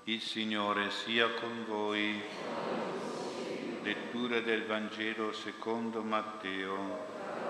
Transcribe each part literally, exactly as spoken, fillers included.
Il Signore sia con voi. Lettura del Vangelo secondo Matteo.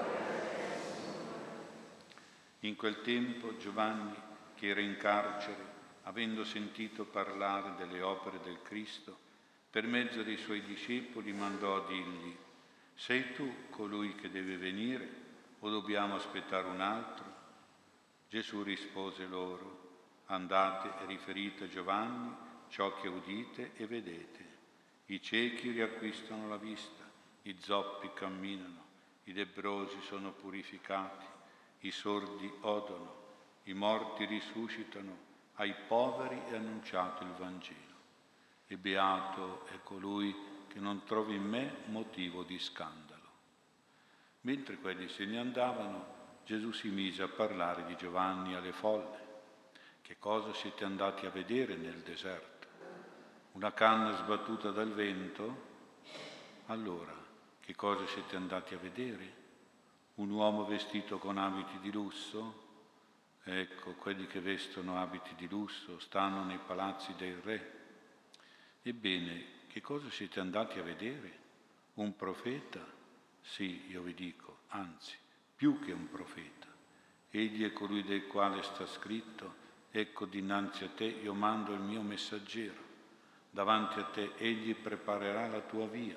In quel tempo Giovanni, che era in carcere, avendo sentito parlare delle opere del Cristo, per mezzo dei suoi discepoli mandò a dirgli: «Sei tu colui che deve venire o dobbiamo aspettare un altro?» Gesù rispose loro: «Andate e riferite a Giovanni ciò che udite e vedete. I ciechi riacquistano la vista, i zoppi camminano, i lebbrosi sono purificati, i sordi odono, i morti risuscitano, ai poveri è annunciato il Vangelo. E beato è colui che non trova in me motivo di scandalo». Mentre quelli se ne andavano, Gesù si mise a parlare di Giovanni alle folle. «Che cosa siete andati a vedere nel deserto? Una canna sbattuta dal vento? Allora, che cosa siete andati a vedere? Un uomo vestito con abiti di lusso? Ecco, quelli che vestono abiti di lusso stanno nei palazzi dei re. Ebbene, che cosa siete andati a vedere? Un profeta? Sì, io vi dico, anzi, più che un profeta. Egli è colui del quale sta scritto: ecco, dinanzi a te io mando il mio messaggero. Davanti a te egli preparerà la tua via.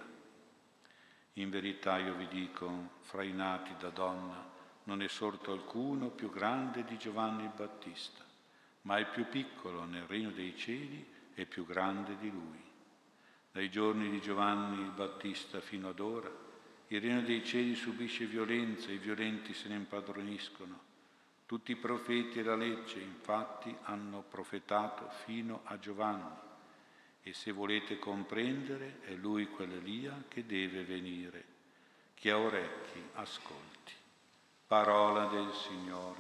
In verità io vi dico, fra i nati da donna non è sorto alcuno più grande di Giovanni il Battista, ma il più piccolo nel regno dei cieli è più grande di lui. Dai giorni di Giovanni il Battista fino ad ora, il regno dei cieli subisce violenza e i violenti se ne impadroniscono. Tutti i profeti e la legge, infatti, hanno profetato fino a Giovanni. E se volete comprendere, è lui quell'Elia che deve venire. Chi ha orecchi, ascolti. Parola del Signore.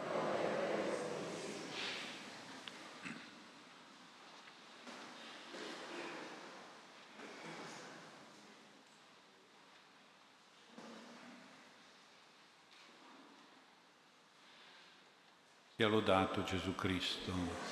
Sia lodato Gesù Cristo.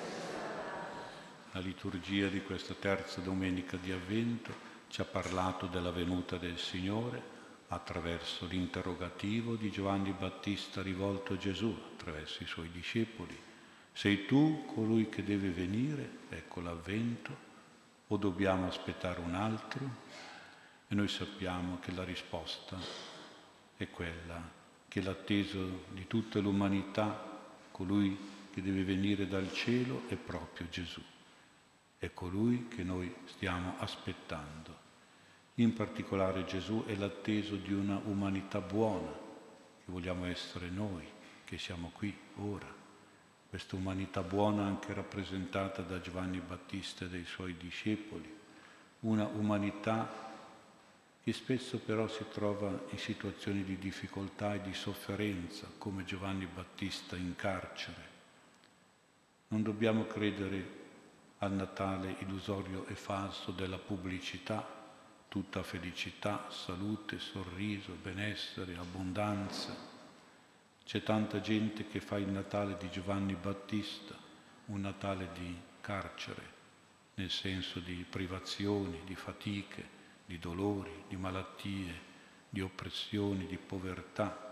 La liturgia di questa terza domenica di Avvento ci ha parlato della venuta del Signore attraverso l'interrogativo di Giovanni Battista rivolto a Gesù, attraverso i suoi discepoli. Sei tu colui che deve venire? Ecco l'Avvento. O dobbiamo aspettare un altro? E noi sappiamo che la risposta è quella che l'atteso di tutta l'umanità, colui che deve venire dal cielo, è proprio Gesù. È colui che noi stiamo aspettando. In particolare Gesù è l'atteso di una umanità buona, che vogliamo essere noi, che siamo qui ora. Questa umanità buona anche rappresentata da Giovanni Battista e dai suoi discepoli. Una umanità che spesso però si trova in situazioni di difficoltà e di sofferenza, come Giovanni Battista in carcere. Non dobbiamo credere al Natale illusorio e falso della pubblicità, tutta felicità, salute, sorriso, benessere, abbondanza. C'è tanta gente che fa il Natale di Giovanni Battista, un Natale di carcere, nel senso di privazioni, di fatiche, di dolori, di malattie, di oppressioni, di povertà.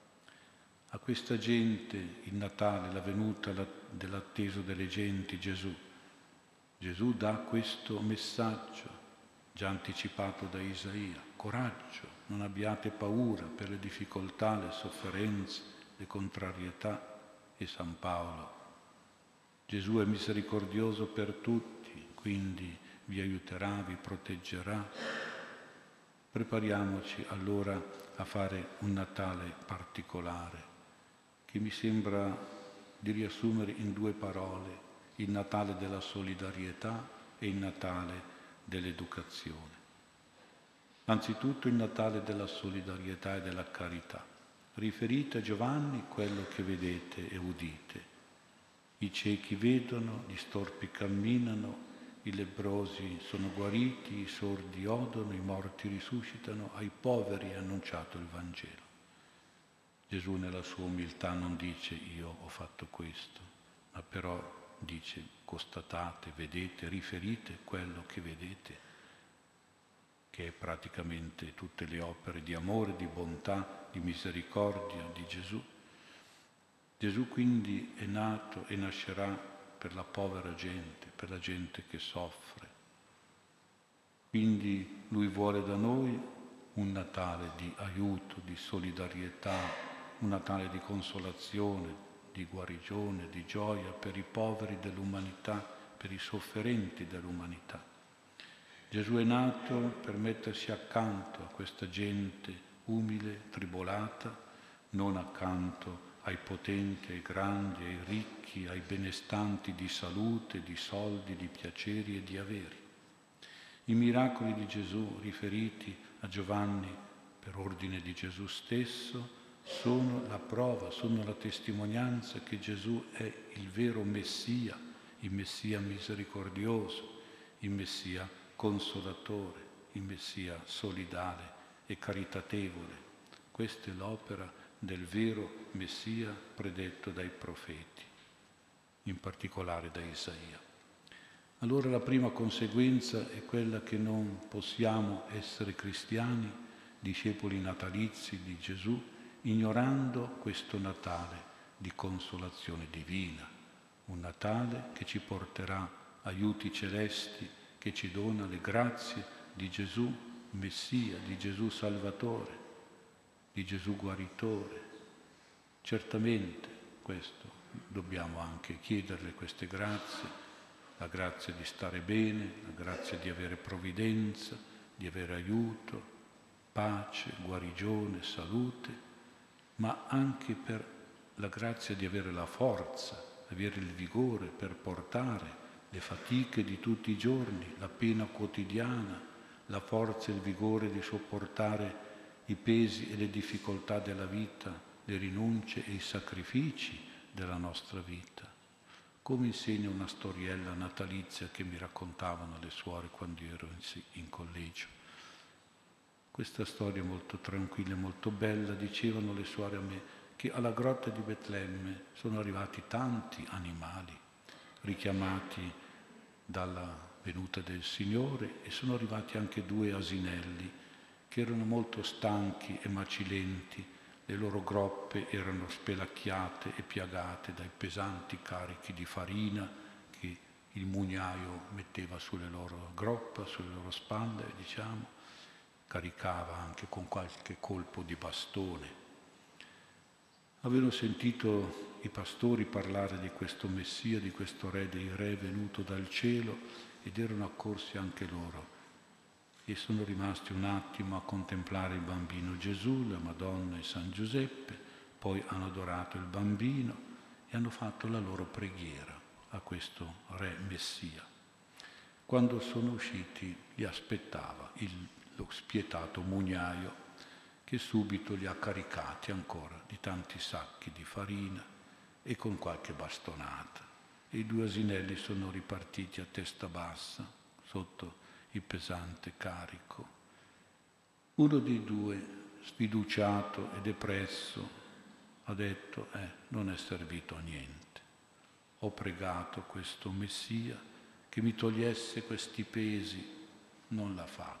A questa gente il Natale, la venuta dell'atteso delle genti, Gesù, Gesù dà questo messaggio, già anticipato da Isaia: coraggio, non abbiate paura per le difficoltà, le sofferenze, le contrarietà. E San Paolo: Gesù è misericordioso per tutti, quindi vi aiuterà, vi proteggerà. Prepariamoci allora a fare un Natale particolare, che mi sembra di riassumere in due parole: il Natale della solidarietà e il Natale dell'educazione. Anzitutto il Natale della solidarietà e della carità. Riferite a Giovanni quello che vedete e udite. I ciechi vedono, gli storpi camminano, i lebbrosi sono guariti, i sordi odono, i morti risuscitano, ai poveri è annunciato il Vangelo. Gesù nella sua umiltà non dice io ho fatto questo, ma però dice constatate, vedete, riferite quello che vedete, che è praticamente tutte le opere di amore, di bontà, di misericordia di Gesù. Gesù quindi è nato e nascerà per la povera gente, per la gente che soffre. Quindi Lui vuole da noi un Natale di aiuto, di solidarietà, un Natale di consolazione, di guarigione, di gioia per i poveri dell'umanità, per i sofferenti dell'umanità. Gesù è nato per mettersi accanto a questa gente umile, tribolata, non accanto ai potenti, ai grandi, ai ricchi, ai benestanti di salute, di soldi, di piaceri e di averi. I miracoli di Gesù riferiti a Giovanni per ordine di Gesù stesso sono la prova, sono la testimonianza che Gesù è il vero Messia, il Messia misericordioso, il Messia consolatore, il Messia solidale e caritatevole. Questa è l'opera del vero Messia predetto dai profeti, in particolare da Isaia. Allora la prima conseguenza è quella che non possiamo essere cristiani, discepoli natalizi di Gesù, ignorando questo Natale di consolazione divina, un Natale che ci porterà aiuti celesti, che ci dona le grazie di Gesù Messia, di Gesù Salvatore, di Gesù Guaritore. Certamente questo dobbiamo anche chiederle queste grazie, la grazia di stare bene, la grazia di avere provvidenza, di avere aiuto, pace, guarigione, salute, ma anche per la grazia di avere la forza, avere il vigore per portare le fatiche di tutti i giorni, la pena quotidiana, la forza e il vigore di sopportare i pesi e le difficoltà della vita, le rinunce e i sacrifici della nostra vita. Come insegna una storiella natalizia che mi raccontavano le suore quando io ero in, in collegio. Questa storia molto tranquilla e molto bella, dicevano le suore a me, che alla grotta di Betlemme sono arrivati tanti animali richiamati dalla venuta del Signore e sono arrivati anche due asinelli che erano molto stanchi e macilenti. Le loro groppe erano spelacchiate e piagate dai pesanti carichi di farina che il mugnaio metteva sulle loro groppe, sulle loro spalle, diciamo, caricava anche con qualche colpo di bastone. Avevano sentito i pastori parlare di questo Messia, di questo Re dei Re venuto dal cielo ed erano accorsi anche loro. E sono rimasti un attimo a contemplare il bambino Gesù, la Madonna e San Giuseppe, poi hanno adorato il bambino e hanno fatto la loro preghiera a questo Re Messia. Quando sono usciti li aspettava il, lo spietato mugnaio che subito li ha caricati ancora di tanti sacchi di farina e con qualche bastonata. E i due asinelli sono ripartiti a testa bassa sotto il pesante carico. Uno dei due, sfiduciato e depresso, ha detto, eh, non è servito a niente. Ho pregato questo Messia che mi togliesse questi pesi, non l'ha fatto.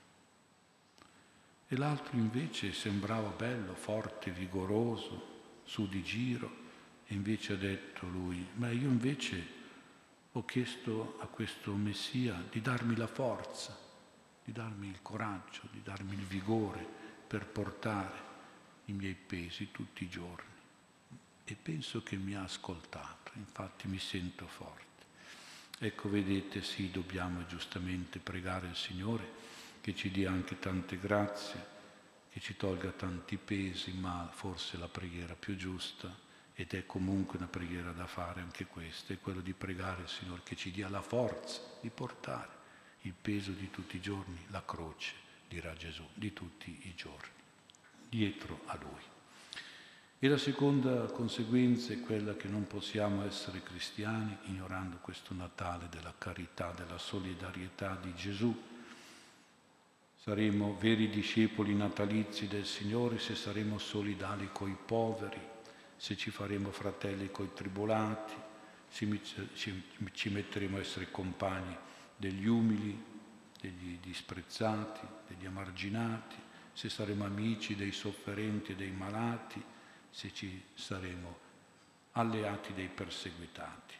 E l'altro invece sembrava bello, forte, vigoroso, su di giro, e invece ha detto lui, ma io invece ho chiesto a questo Messia di darmi la forza, di darmi il coraggio, di darmi il vigore per portare i miei pesi tutti i giorni. E penso che mi ha ascoltato, infatti mi sento forte. Ecco, vedete, sì, dobbiamo giustamente pregare il Signore che ci dia anche tante grazie, che ci tolga tanti pesi, ma forse la preghiera più giusta, ed è comunque una preghiera da fare anche questa, è quello di pregare il Signore che ci dia la forza di portare il peso di tutti i giorni, la croce, dirà Gesù, di tutti i giorni, dietro a Lui. E la seconda conseguenza è quella che non possiamo essere cristiani ignorando questo Natale della carità, della solidarietà di Gesù. Saremo veri discepoli natalizi del Signore se saremo solidali coi poveri, se ci faremo fratelli coi tribolati, ci, ci, ci metteremo a essere compagni degli umili, degli disprezzati, degli emarginati, se saremo amici dei sofferenti e dei malati, se ci saremo alleati dei perseguitati.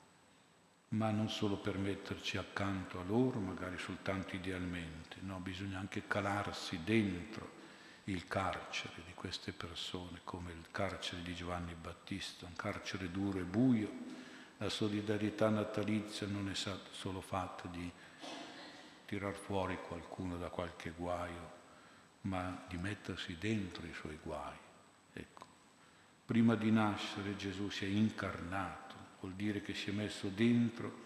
Ma non solo per metterci accanto a loro, magari soltanto idealmente, no, bisogna anche calarsi dentro il carcere di queste persone, come il carcere di Giovanni Battista, un carcere duro e buio. La solidarietà natalizia non è solo fatta di tirar fuori qualcuno da qualche guaio, ma di mettersi dentro i suoi guai. Ecco. Prima di nascere Gesù si è incarnato, vuol dire che si è messo dentro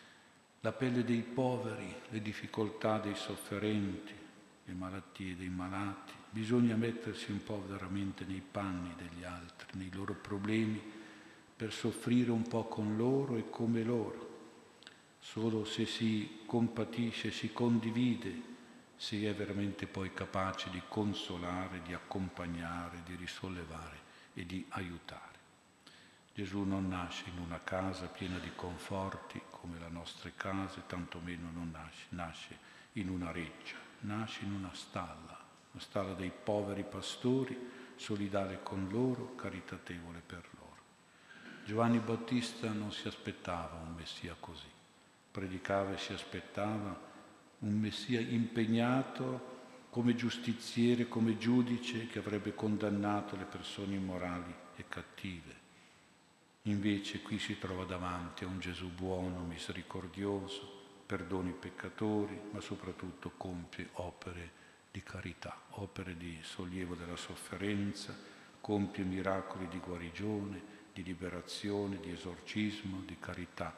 la pelle dei poveri, le difficoltà dei sofferenti, le malattie dei malati. Bisogna mettersi un po' veramente nei panni degli altri, nei loro problemi, per soffrire un po' con loro e come loro. Solo se si compatisce, si condivide, si è veramente poi capaci di consolare, di accompagnare, di risollevare e di aiutare. Gesù non nasce in una casa piena di conforti come le nostre case, tantomeno non nasce, nasce in una reggia, nasce in una stalla, la stalla dei poveri pastori, solidale con loro, caritatevole per loro. Giovanni Battista non si aspettava un Messia così, predicava e si aspettava un Messia impegnato come giustiziere, come giudice che avrebbe condannato le persone immorali e cattive. Invece qui si trova davanti a un Gesù buono, misericordioso, perdona i peccatori, ma soprattutto compie opere di carità, opere di sollievo della sofferenza, compie miracoli di guarigione, di liberazione, di esorcismo, di carità,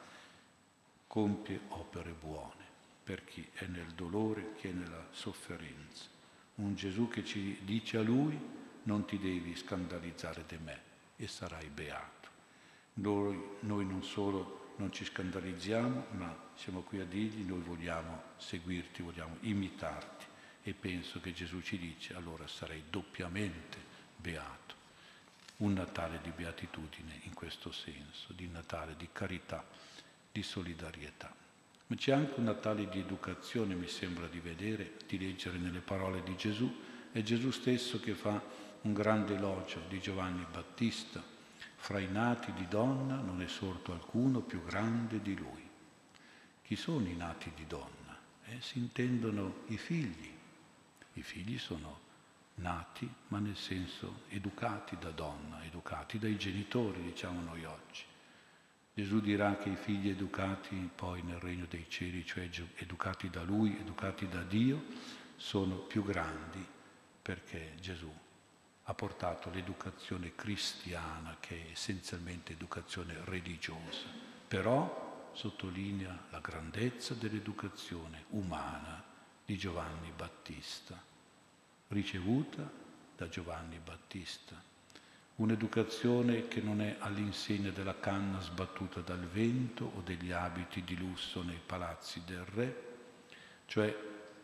compie opere buone per chi è nel dolore, chi è nella sofferenza. Un Gesù che ci dice a Lui: non ti devi scandalizzare di me e sarai beato. Noi, noi non solo non ci scandalizziamo, ma siamo qui a dirgli: noi vogliamo seguirti, vogliamo imitarti, e penso che Gesù ci dice: allora sarei doppiamente beato. Un Natale di beatitudine in questo senso, di Natale di carità, di solidarietà. Ma c'è anche un Natale di educazione, mi sembra di vedere, di leggere nelle parole di Gesù. È Gesù stesso che fa un grande elogio di Giovanni Battista: fra i nati di donna non è sorto alcuno più grande di lui. Chi sono i nati di donna? Eh, si intendono i figli. I figli sono nati, ma nel senso educati da donna, educati dai genitori, diciamo noi oggi. Gesù dirà che i figli educati poi nel regno dei cieli, cioè educati da Lui, educati da Dio, sono più grandi, perché Gesù ha portato l'educazione cristiana, che è essenzialmente educazione religiosa, però sottolinea la grandezza dell'educazione umana di Giovanni Battista, ricevuta da Giovanni Battista. Un'educazione che non è all'insegna della canna sbattuta dal vento o degli abiti di lusso nei palazzi del re, cioè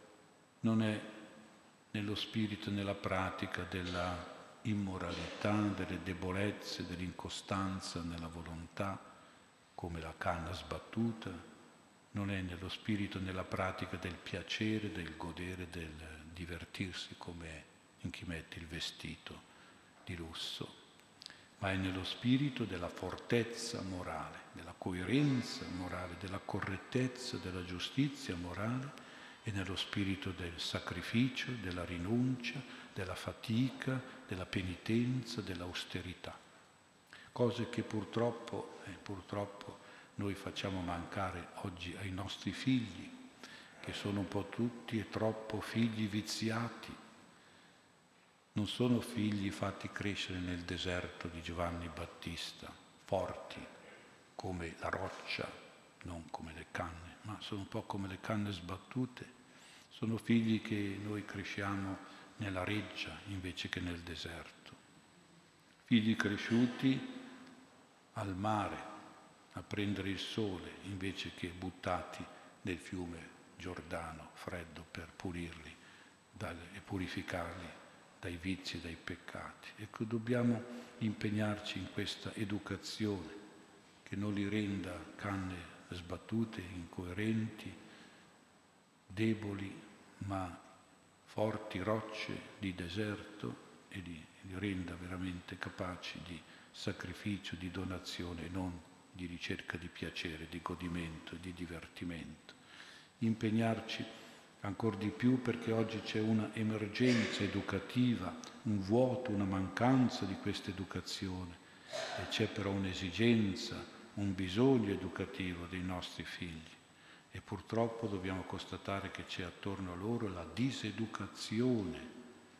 non è nello spirito e nella pratica della immoralità, delle debolezze, dell'incostanza nella volontà, come la canna sbattuta, non è nello spirito e nella pratica del piacere, del godere, del divertirsi come in chi mette il vestito di lusso, ma è nello spirito della fortezza morale, della coerenza morale, della correttezza, della giustizia morale, e nello spirito del sacrificio, della rinuncia, della fatica, della penitenza, dell'austerità. Cose che purtroppo, eh, purtroppo noi facciamo mancare oggi ai nostri figli, che sono un po' tutti e troppo figli viziati. Non sono figli fatti crescere nel deserto di Giovanni Battista, forti come la roccia, non come le canne, ma sono un po' come le canne sbattute. Sono figli che noi cresciamo nella reggia invece che nel deserto. Figli cresciuti al mare, a prendere il sole, invece che buttati nel fiume Giordano, freddo, per pulirli dal, e purificarli dai vizi e dai peccati. Ecco, dobbiamo impegnarci in questa educazione che non li renda canne sbattute, incoerenti, deboli, ma forti rocce di deserto, e li, li renda veramente capaci di sacrificio, di donazione, e non di ricerca di piacere, di godimento, di divertimento. Impegnarci ancora di più, perché oggi c'è una emergenza educativa, un vuoto, una mancanza di questa educazione, e c'è però un'esigenza, un bisogno educativo dei nostri figli. E purtroppo dobbiamo constatare che c'è attorno a loro la diseducazione,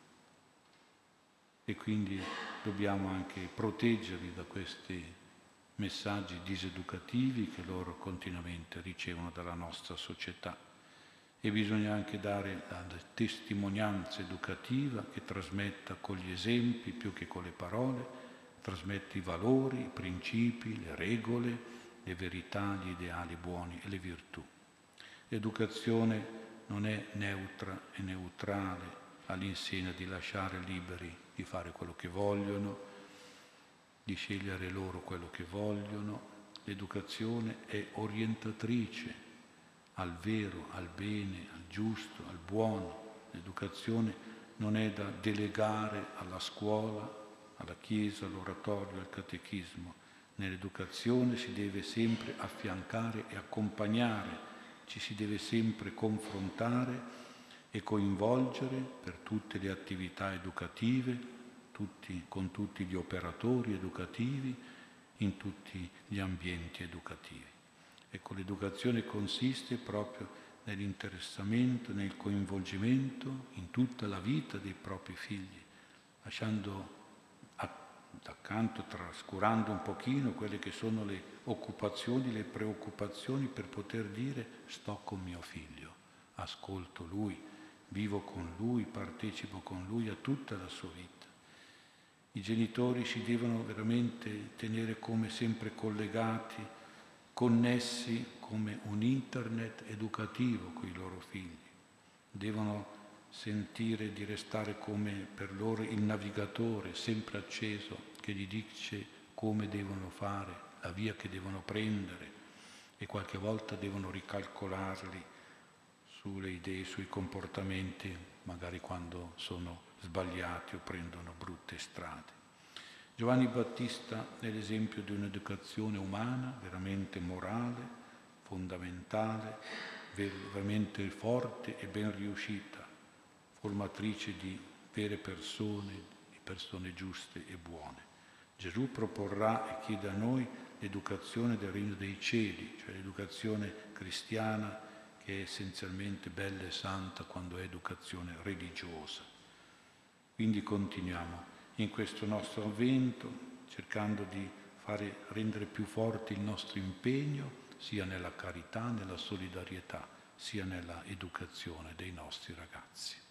e quindi dobbiamo anche proteggerli da questi messaggi diseducativi che loro continuamente ricevono dalla nostra società. E bisogna anche dare la testimonianza educativa che trasmetta con gli esempi più che con le parole, trasmette i valori, i principi, le regole, le verità, gli ideali buoni e le virtù. L'educazione non è neutra e neutrale all'insegna di lasciare liberi di fare quello che vogliono, di scegliere loro quello che vogliono. L'educazione è orientatrice al vero, al bene, al giusto, al buono. L'educazione non è da delegare alla scuola, alla chiesa, all'oratorio, al catechismo. Nell'educazione si deve sempre affiancare e accompagnare, ci si deve sempre confrontare e coinvolgere per tutte le attività educative, tutti, con tutti gli operatori educativi, in tutti gli ambienti educativi. Ecco, l'educazione consiste proprio nell'interessamento, nel coinvolgimento in tutta la vita dei propri figli, lasciando accanto, trascurando un pochino quelle che sono le occupazioni, le preoccupazioni, per poter dire: sto con mio figlio, ascolto lui, vivo con lui, partecipo con lui a tutta la sua vita. I genitori si devono veramente tenere come sempre collegati, connessi come un internet educativo con i loro figli. Devono sentire di restare come per loro il navigatore sempre acceso che gli dice come devono fare, la via che devono prendere, e qualche volta devono ricalcolarli sulle idee, sui comportamenti, magari quando sono sbagliati o prendono brutte strade. Giovanni Battista è l'esempio di un'educazione umana, veramente morale, fondamentale, veramente forte e ben riuscita, formatrice di vere persone, di persone giuste e buone. Gesù proporrà e chiede a noi l'educazione del regno dei cieli, cioè l'educazione cristiana, che è essenzialmente bella e santa quando è educazione religiosa. Quindi continuiamo in questo nostro avvento cercando di fare, rendere più forte il nostro impegno sia nella carità, nella solidarietà, sia nella educazione dei nostri ragazzi.